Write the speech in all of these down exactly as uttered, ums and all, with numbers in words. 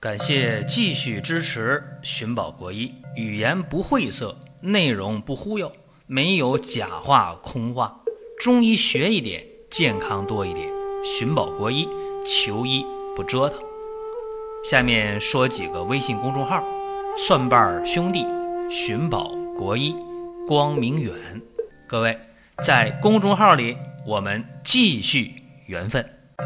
感谢继续支持寻宝国医，语言不晦涩，内容不忽悠，没有假话空话，中医学一点，健康多一点。寻宝国医，求医不折腾。下面说几个微信公众号：蒜瓣兄弟、寻宝国医、光明远。各位在公众号里，我们继续缘分。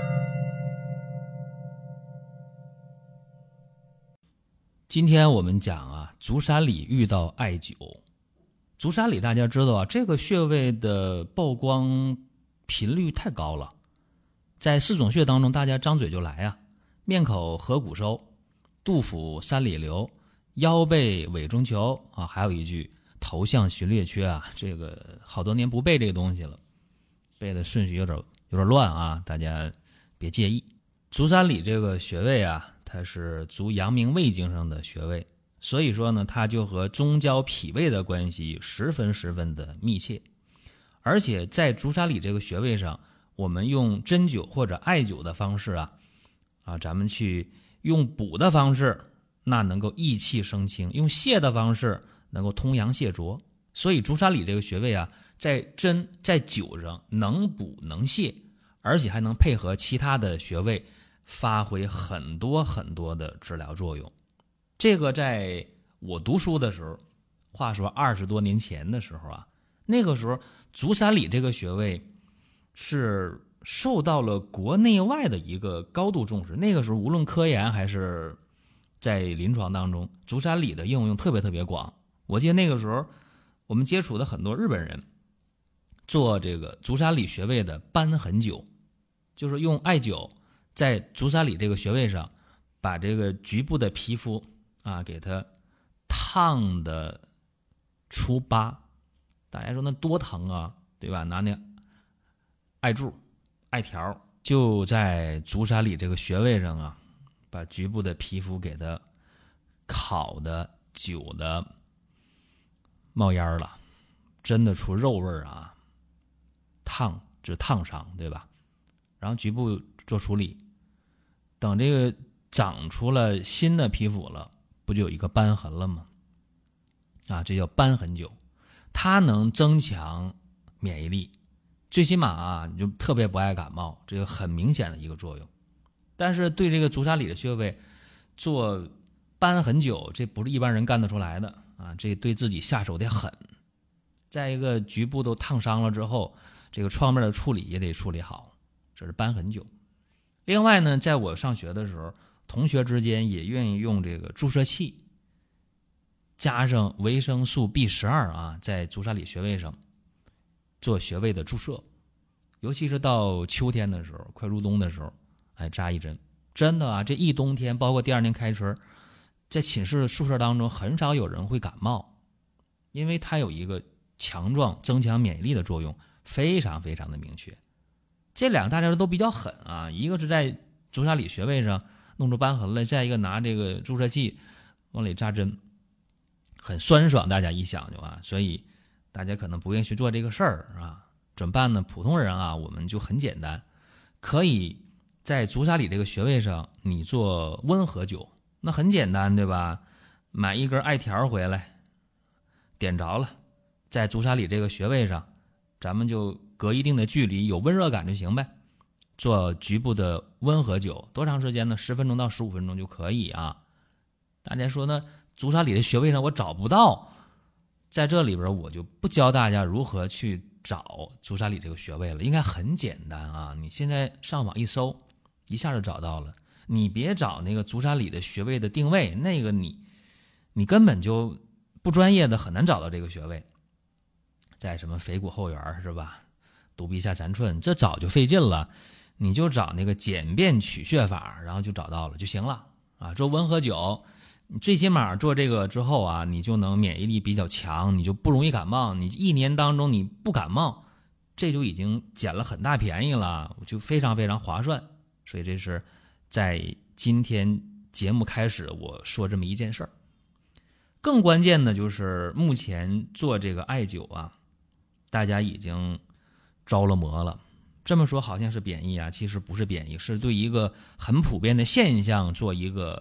今天我们讲啊，足三里遇到艾灸。足三里大家知道啊，这个穴位的曝光频率太高了，在四种穴当中，大家张嘴就来啊，面口合谷收，肚腹三里留，腰背委中求啊，还有一句头项循列缺啊，这个好多年不背这个东西了，背的顺序有点有点乱啊，大家别介意。足三里这个穴位啊，它是足阳明胃经上的穴位，所以说呢，它就和中焦脾胃的关系十分十分的密切。而且在足三里这个穴位上，我们用针灸或者艾灸的方式啊，啊，咱们去用补的方式，那能够益气生清；用泻的方式，能够通阳泻浊。所以足三里这个穴位啊，在针在灸上能补能泻，而且还能配合其他的穴位，发挥很多很多的治疗作用。这个在我读书的时候，话说二十多年前的时候啊，那个时候足三里这个穴位是受到了国内外的一个高度重视。那个时候无论科研还是在临床当中，足三里的应用特别特别广。我记得那个时候我们接触的很多日本人做这个足三里穴位的瘢痕灸，就是用艾灸在足三里这个穴位上，把这个局部的皮肤啊给它烫的出疤。大家说那多疼啊，对吧？拿那艾柱、艾条就在足三里这个穴位上啊，把局部的皮肤给它烤的、灸的冒烟了，真的出肉味啊，烫就是烫伤，对吧？然后局部做处理，等这个长出了新的皮肤了，不就有一个瘢痕了吗？啊，这叫瘢痕灸，它能增强免疫力，最起码啊，你就特别不爱感冒，这个很明显的一个作用。但是对这个足三里的穴位做瘢痕灸，这不是一般人干得出来的啊，这对自己下手得狠。再一个，局部都烫伤了之后，这个创面的处理也得处理好，这是瘢痕灸。另外呢，在我上学的时候，同学之间也愿意用这个注射器加上维生素 B 十二 啊，在足三里穴位上做穴位的注射，尤其是到秋天的时候，快入冬的时候，哎，扎一针。真的啊，这一冬天，包括第二年开春，在寝室宿舍当中很少有人会感冒，因为它有一个强壮增强免疫力的作用，非常非常的明确。这两个大家都比较狠啊，一个是在足三里穴位上弄出瘢痕了，再一个拿这个注射器往里扎针，很酸爽，大家一想就啊，所以大家可能不愿意去做这个事儿啊，怎么办呢？普通人啊，我们就很简单，可以在足三里这个穴位上你做温和灸，那很简单，对吧？买一根艾条回来，点着了，在足三里这个穴位上，咱们就隔一定的距离，有温热感就行呗。做局部的温和灸，多长时间呢？十分钟到十五分钟就可以啊。大家说呢，足三里的穴位上我找不到，在这里边我就不教大家如何去找足三里这个穴位了，应该很简单啊。你现在上网一搜，一下就找到了。你别找那个足三里的穴位的定位，那个你你根本就不专业的，很难找到这个穴位。在什么腓骨后缘是吧？肚皮下三寸，这早就费劲了。你就找那个简便取穴法，然后就找到了就行了啊。做温和灸，你最起码做这个之后啊，你就能免疫力比较强，你就不容易感冒。你一年当中你不感冒，这就已经捡了很大便宜了，就非常非常划算。所以这是在今天节目开始我说这么一件事儿。更关键的就是目前做这个艾灸啊，大家已经着了魔了。这么说好像是贬义啊，其实不是贬义，是对一个很普遍的现象做一个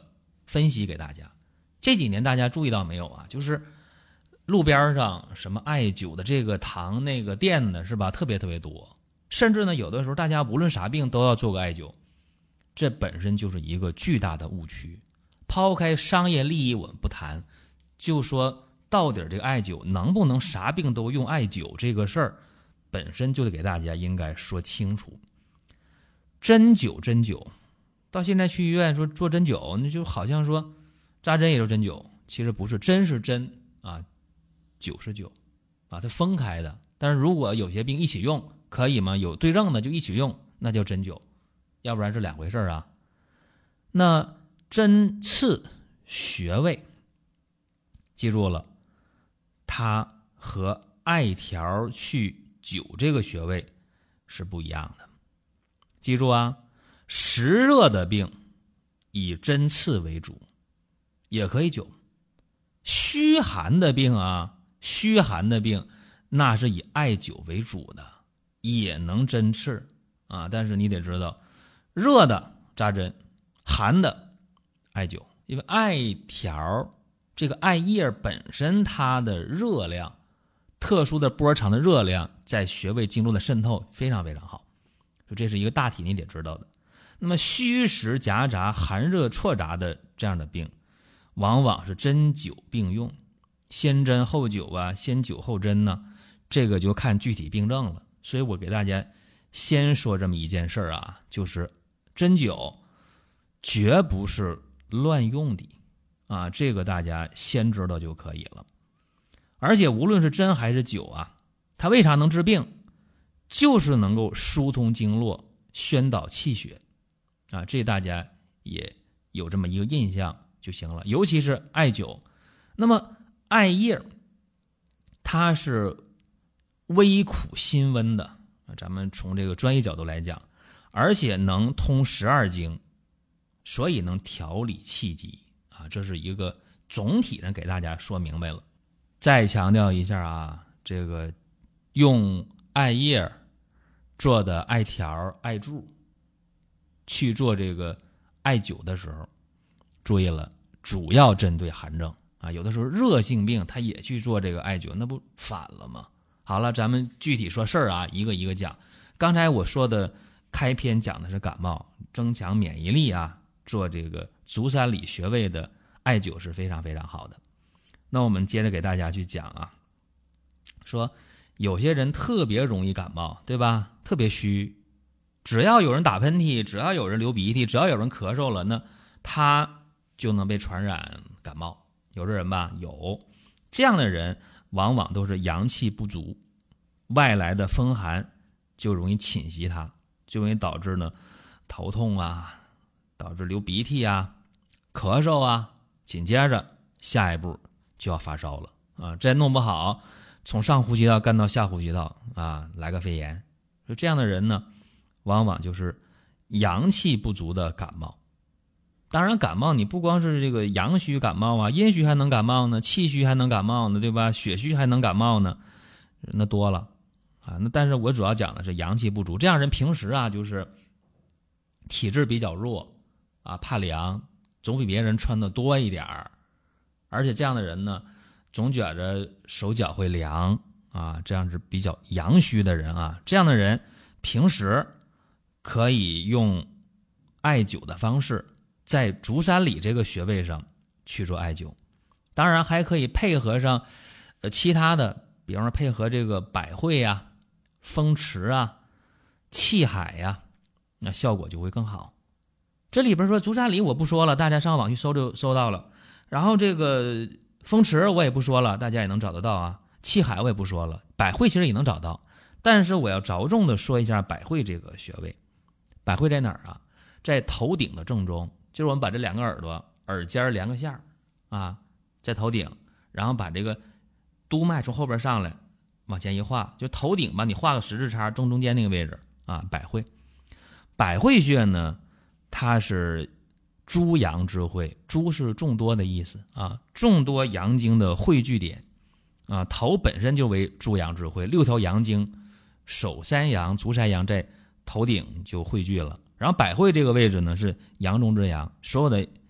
分析给大家。这几年大家注意到没有啊？就是路边上什么艾灸的这个堂那个店的是吧，特别特别多，甚至呢有的时候大家无论啥病都要做个艾灸，这本身就是一个巨大的误区。抛开商业利益我们不谈，就说到底这个艾灸能不能啥病都用艾灸这个事儿，本身就得给大家应该说清楚。针灸针灸到现在去医院说做针灸，那就好像说扎针也就针灸，其实不是，针是针啊，灸是灸啊，它分开的。但是如果有些病一起用可以吗？有对症的就一起用，那叫针灸，要不然是两回事啊。那针刺穴位，记住了，它和艾条去灸这个穴位是不一样的。记住啊，实热的病以针刺为主，也可以灸。虚寒的病啊，虚寒的病那是以艾灸为主的，也能针刺啊。但是你得知道，热的扎针，寒的艾灸，因为艾条这个艾叶本身它的热量，特殊的波长的热量在穴位经络的渗透非常非常好，就这是一个大体你得知道的。那么虚实夹杂、寒热错杂的这样的病，往往是针灸并用，先针后灸啊，先灸后针呢，这个就看具体病症了。所以我给大家先说这么一件事儿啊，就是针灸绝不是乱用的啊，这个大家先知道就可以了。而且无论是针还是灸啊，它为啥能治病？就是能够疏通经络、宣导气血啊，这大家也有这么一个印象就行了。尤其是艾灸，那么艾叶它是微苦辛温的，咱们从这个专业角度来讲，而且能通十二经，所以能调理气机啊，这是一个总体上给大家说明白了。再强调一下啊，这个用艾叶做的艾条、艾柱去做这个艾灸的时候，注意了，主要针对寒症啊。有的时候热性病他也去做这个艾灸，那不反了吗？好了，咱们具体说事儿啊，一个一个讲。刚才我说的开篇讲的是感冒，增强免疫力啊，做这个足三里穴位的艾灸是非常非常好的。那我们接着给大家去讲啊，说有些人特别容易感冒，对吧？特别虚，只要有人打喷嚏，只要有人流鼻涕，只要有人咳嗽了，那他就能被传染感冒。有这人吧？有。这样的人往往都是阳气不足，外来的风寒就容易侵袭他，就容易导致呢头痛啊，导致流鼻涕啊，咳嗽啊，紧接着下一步就要发烧了啊！再弄不好，从上呼吸道干到下呼吸道啊，来个肺炎。就这样的人呢，往往就是阳气不足的感冒。当然感冒你不光是这个阳虚感冒啊，阴虚还能感冒呢，气虚还能感冒呢，对吧？血虚还能感冒呢，那多了啊。那但是我主要讲的是阳气不足，这样人平时啊就是体质比较弱啊，怕凉，总比别人穿的多一点儿，而且这样的人呢，总觉着手脚会凉啊，这样是比较阳虚的人啊。这样的人平时可以用艾灸的方式，在足三里这个穴位上去做艾灸，当然还可以配合上呃其他的，比方说配合这个百会啊、风池啊、气海呀、啊，那效果就会更好。这里边说足三里我不说了，大家上网去搜就搜到了。然后这个风池我也不说了，大家也能找得到啊。气海我也不说了，百会其实也能找到，但是我要着重的说一下百会这个穴位。百会在哪儿啊？在头顶的正中，就是我们把这两个耳朵耳尖连个线儿啊，在头顶，然后把这个督脉从后边上来往前一画，就头顶吧，你画个十字叉，正中间那个位置啊，百会。百会穴呢，它是诸阳之会，诸是众多的意思啊，众多阳经的汇聚点啊，头本身就为诸阳之会，六条阳经，手三阳、足三阳在头顶就汇聚了。然后百会这个位置呢是阳中之阳，所有的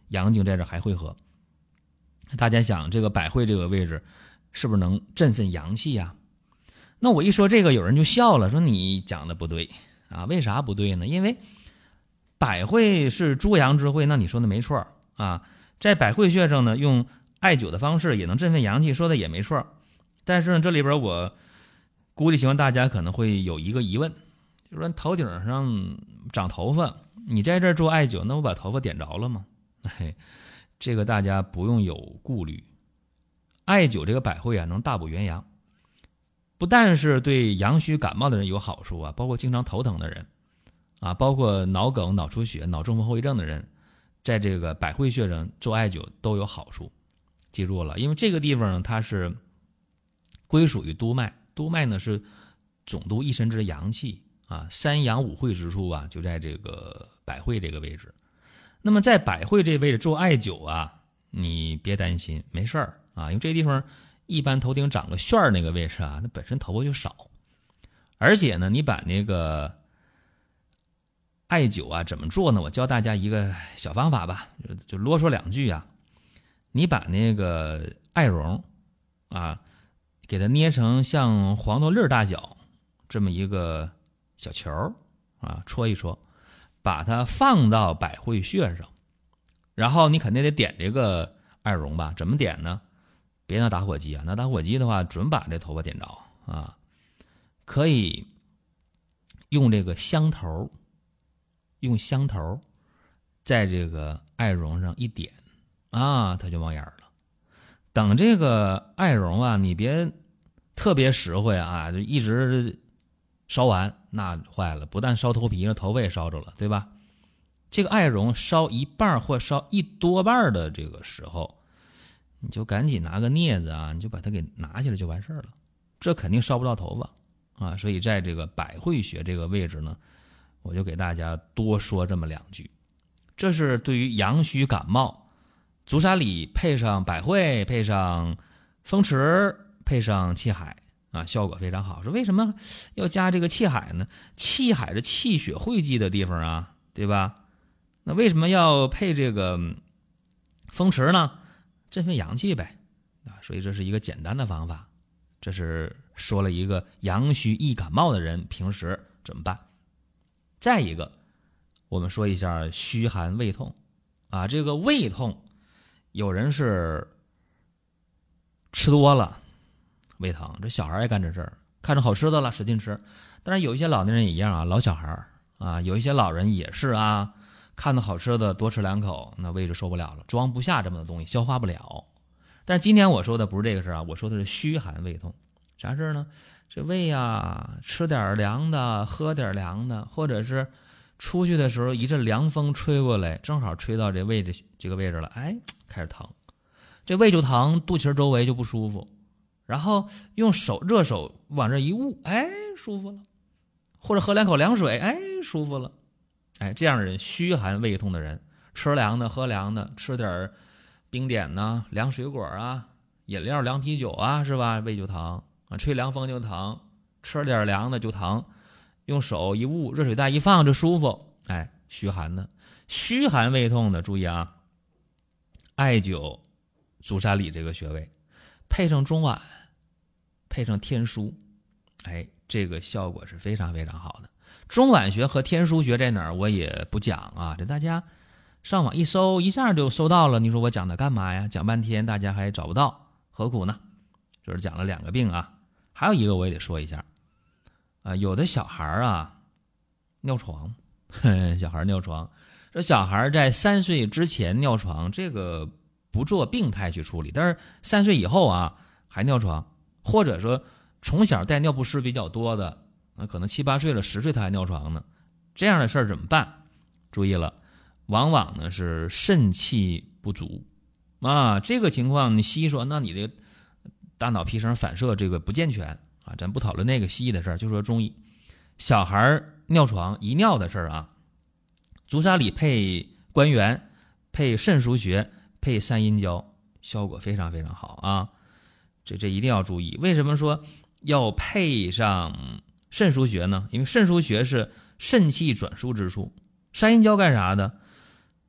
阳经在这还会合。大家想这个百会这个位置是不是能振奋阳气呀？那我一说这个，有人就笑了，说你讲的不对啊。为啥不对呢？因为百会是诸阳之会，那你说的没错啊。在百会穴上呢，用艾灸的方式也能振奋阳气，说的也没错。但是呢，这里边我估计希望大家可能会有一个疑问，就是说头顶上长头发，你在这儿做艾灸，那我把头发点着了吗？嘿，这个大家不用有顾虑。艾灸这个百会啊，能大补元阳，不但是对阳虚感冒的人有好处啊，包括经常头疼的人啊，包括脑梗、脑出血、脑中风后遗症的人，在这个百会穴上做艾灸都有好处。记住了，因为这个地方呢，它是归属于督脉，督脉呢是总督一身之阳气啊，三阳五会之处啊，就在这个百会这个位置。那么在百会这位置做艾灸啊，你别担心，没事儿啊，因为这个地方一般头顶长个旋儿那个位置啊，那本身头发就少，而且呢，你把那个艾灸啊怎么做呢？我教大家一个小方法吧，就就啰嗦两句啊。你把那个艾绒啊，给它捏成像黄豆粒大小这么一个小球啊，戳一戳，把它放到百会穴上，然后你肯定得点这个艾绒吧？怎么点呢？别拿打火机啊，拿打火机的话准把这头发点着啊。可以用这个香头，用香头在这个艾绒上一点啊，它就冒烟了。等这个艾绒啊，你别特别实惠啊，就一直烧完，那坏了，不但烧头皮了，头发也烧着了，对吧？这个艾绒烧一半或烧一多半的这个时候，你就赶紧拿个镊子啊，你就把它给拿起来就完事儿了。这肯定烧不到头发啊，所以在这个百会穴这个位置呢，我就给大家多说这么两句。这是对于阳虚感冒，足三里配上百会，配上风池，配上气海啊，效果非常好。说为什么要加这个气海呢？气海是气血汇集的地方啊，对吧？那为什么要配这个风池呢？振奋阳气呗啊，所以这是一个简单的方法。这是说了一个阳虚易感冒的人平时怎么办。再一个，我们说一下虚寒胃痛啊，这个胃痛，有人是吃多了胃疼，这小孩爱干这事儿，看着好吃的了使劲吃。当然有一些老年人也一样啊，老小孩啊，有一些老人也是啊，看到好吃的多吃两口，那胃就受不了了，装不下这么多东西，消化不了。但是今天我说的不是这个事儿啊，我说的是虚寒胃痛。啥事儿呢？这胃啊，吃点凉的，喝点凉的，或者是出去的时候一阵凉风吹过来，正好吹到这位置这个位置了，哎，开始疼，这胃就疼，肚脐周围就不舒服，然后用手热手往这一捂，哎，舒服了，或者喝两口凉水，哎，舒服了，哎，这样的人，虚寒胃痛的人，吃凉的，喝凉的，吃点冰点呐，凉水果啊，饮料、凉啤酒啊，是吧？胃就疼啊，吹凉风就疼，吃点凉的就疼，用手一捂，热水袋一放就舒服。哎，虚寒的，虚寒胃痛的，注意啊，艾灸足三里这个穴位，配上中脘，配上天枢，哎，这个效果是非常非常好的。中脘穴和天枢穴在哪儿，我也不讲啊，这大家上网一搜，一下就搜到了。你说我讲它干嘛呀？讲半天大家还找不到，何苦呢？就是讲了两个病啊，还有一个我也得说一下啊，有的小孩啊尿床，呵呵小孩尿床，这小孩在三岁之前尿床，这个不做病态去处理，但是三岁以后啊还尿床，或者说从小带尿不湿比较多的，那可能七八岁了，十岁他还尿床呢，这样的事儿怎么办？注意了，往往呢是肾气不足啊，这个情况你西医说，那你的大脑皮层反射这个不健全啊，咱不讨论那个西医的事儿，就说中医。小孩尿床遗尿的事儿啊，足三里配关元，配肾腧穴，配三阴交，效果非常非常好啊。这这一定要注意。为什么说要配上肾腧穴呢？因为肾腧穴是肾气转输之处。三阴交干啥的？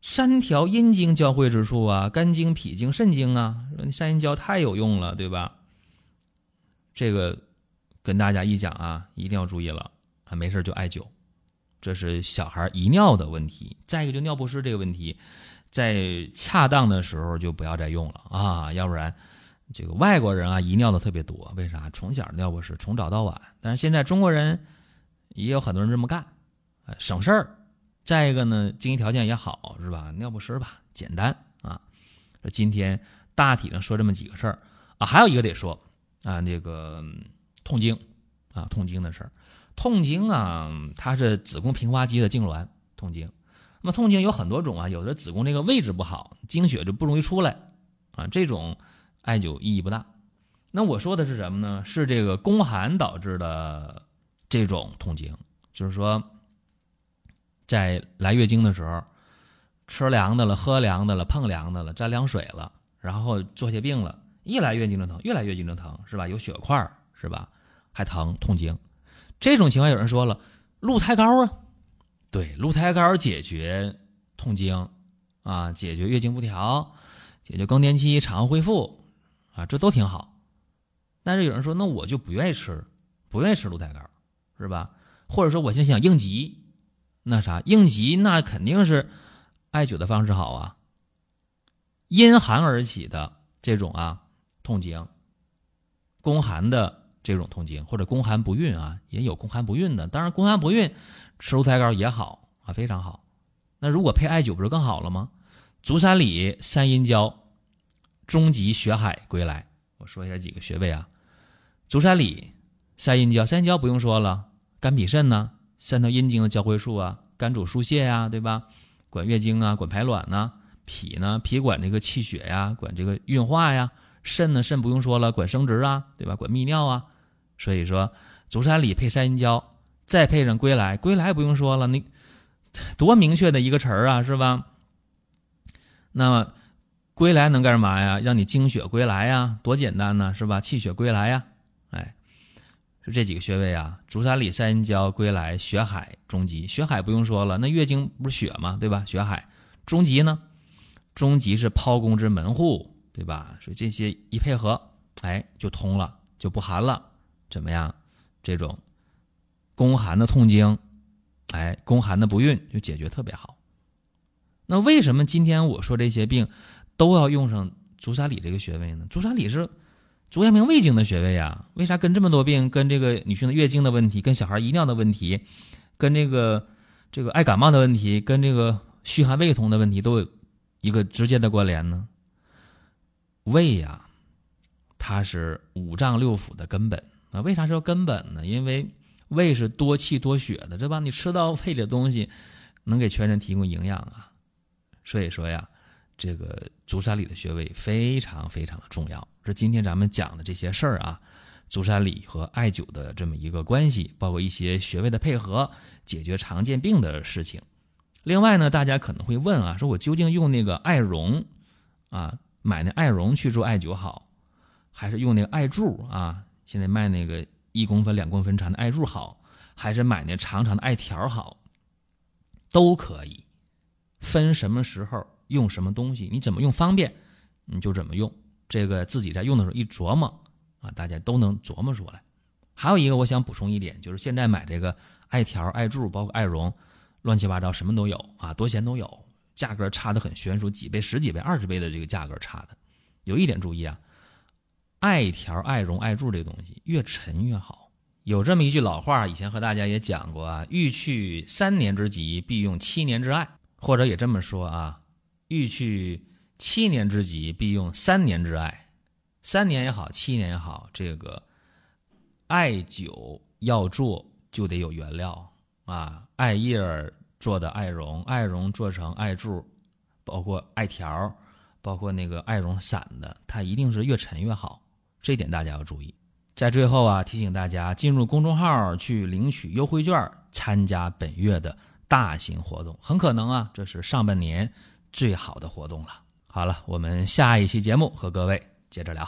三条阴经交汇之处啊，肝经、脾经、肾经啊，三阴交太有用了，对吧？这个跟大家一讲啊，一定要注意了啊，没事就艾灸，这是小孩遗尿的问题。再一个就尿不湿这个问题，在恰当的时候就不要再用了啊，要不然这个外国人啊遗尿的特别多，为啥？从小尿不湿，从早到晚。但是现在中国人也有很多人这么干，省事儿。再一个呢，经济条件也好，是吧？尿不湿吧，简单啊。今天大体上说这么几个事儿啊，还有一个得说啊，那个痛经啊，痛经的事儿。痛经啊，它是子宫平滑肌的痉挛，痛经。那么痛经有很多种啊，有的子宫这个位置不好，经血就不容易出来啊，这种艾灸意义不大。那我说的是什么呢？是这个宫寒导致的这种痛经，就是说在来月经的时候，吃凉的了，喝凉的了，碰凉的了，沾凉水了，然后做些病了，一来月经就疼，越来月经就疼，是吧？有血块是吧？还疼，痛经。这种情况有人说了，鹿胎膏啊，对，鹿胎膏解决痛经啊，解决月经不调，解决更年期产后恢复啊，这都挺好。但是有人说，那我就不愿意吃，不愿意吃鹿胎膏，是吧？或者说我现在想应急。那啥，应急那肯定是艾灸的方式好啊。因寒而起的这种啊痛经，宫寒的这种痛经，或者宫寒不孕啊，也有宫寒不孕的。当然，宫寒不孕吃鹿胎膏也好啊，非常好。那如果配艾灸不是更好了吗？足三里、三阴交、中极、血海归来，我说一下几个穴位啊。足三里、三阴交，三阴交不用说了，肝脾肾呢。三条阴经的交汇处啊，肝主疏泄呀，对吧？管月经啊，管排卵呐。脾呢，脾管这个气血呀，管这个运化呀。肾呢，肾不用说了，管生殖啊，对吧？管泌尿啊。所以说，足三里配三阴交，再配上归来，归来不用说了，你多明确的一个词儿啊，是吧？那么归来能干嘛呀？让你精血归来呀，多简单呢，是吧？气血归来呀，哎。是这几个穴位啊，足三里、三阴交、归来、血海、中极。血海不用说了，那月经不是血吗？对吧？血海。中极呢？中极是剖宫之门户，对吧？所以这些一配合，哎，就通了，就不寒了。怎么样？这种宫寒的痛经，哎，宫寒的不孕就解决特别好。那为什么今天我说这些病都要用上足三里这个穴位呢？足三里是足阳明胃经的穴位啊，为啥跟这么多病，跟这个女性的月经的问题，跟小孩遗尿的问题，跟这个这个爱感冒的问题，跟这个虚寒胃痛的问题都有一个直接的关联呢？胃呀、啊，它是五脏六腑的根本啊。为啥说根本呢？因为胃是多气多血的，对吧？你吃到胃里的东西，能给全身提供营养啊。所以说呀，这个足三里的穴位非常非常的重要。这今天咱们讲的这些事儿啊，足三里和艾灸的这么一个关系，包括一些穴位的配合，解决常见病的事情。另外呢，大家可能会问啊，说我究竟用那个艾绒啊，买那艾绒去做艾灸好，还是用那个艾柱啊，现在卖那个一公分、两公分长的艾柱好，还是买那长长的艾条好？都可以，分什么时候用什么东西，你怎么用方便，你就怎么用。这个自己在用的时候一琢磨啊，大家都能琢磨出来。还有一个我想补充一点，就是现在买这个艾条、艾柱，包括艾绒，乱七八糟什么都有啊，多钱都有，价格差得很悬殊，几倍、十几倍、二十倍的这个价格差的。有一点注意啊，艾条、艾绒、艾柱这个东西越沉越好。有这么一句老话，以前和大家也讲过啊，欲去三年之疾，必用七年之艾。或者也这么说啊，欲去七年之疾，必用三年之艾。三年也好，七年也好，这个艾灸要做就得有原料啊，艾叶做的艾绒，艾绒做成艾柱，包括艾条，包括那个艾绒散的，它一定是越沉越好，这点大家要注意。在最后啊，提醒大家进入公众号去领取优惠券，参加本月的大型活动，很可能啊，这是上半年最好的活动了。好了，我们下一期节目和各位接着聊。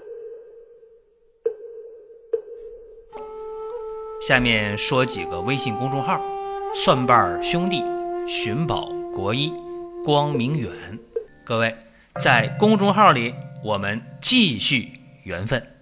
下面说几个微信公众号：蒜瓣兄弟、寻宝国医、 光明远。各位在公众号里我们继续缘分。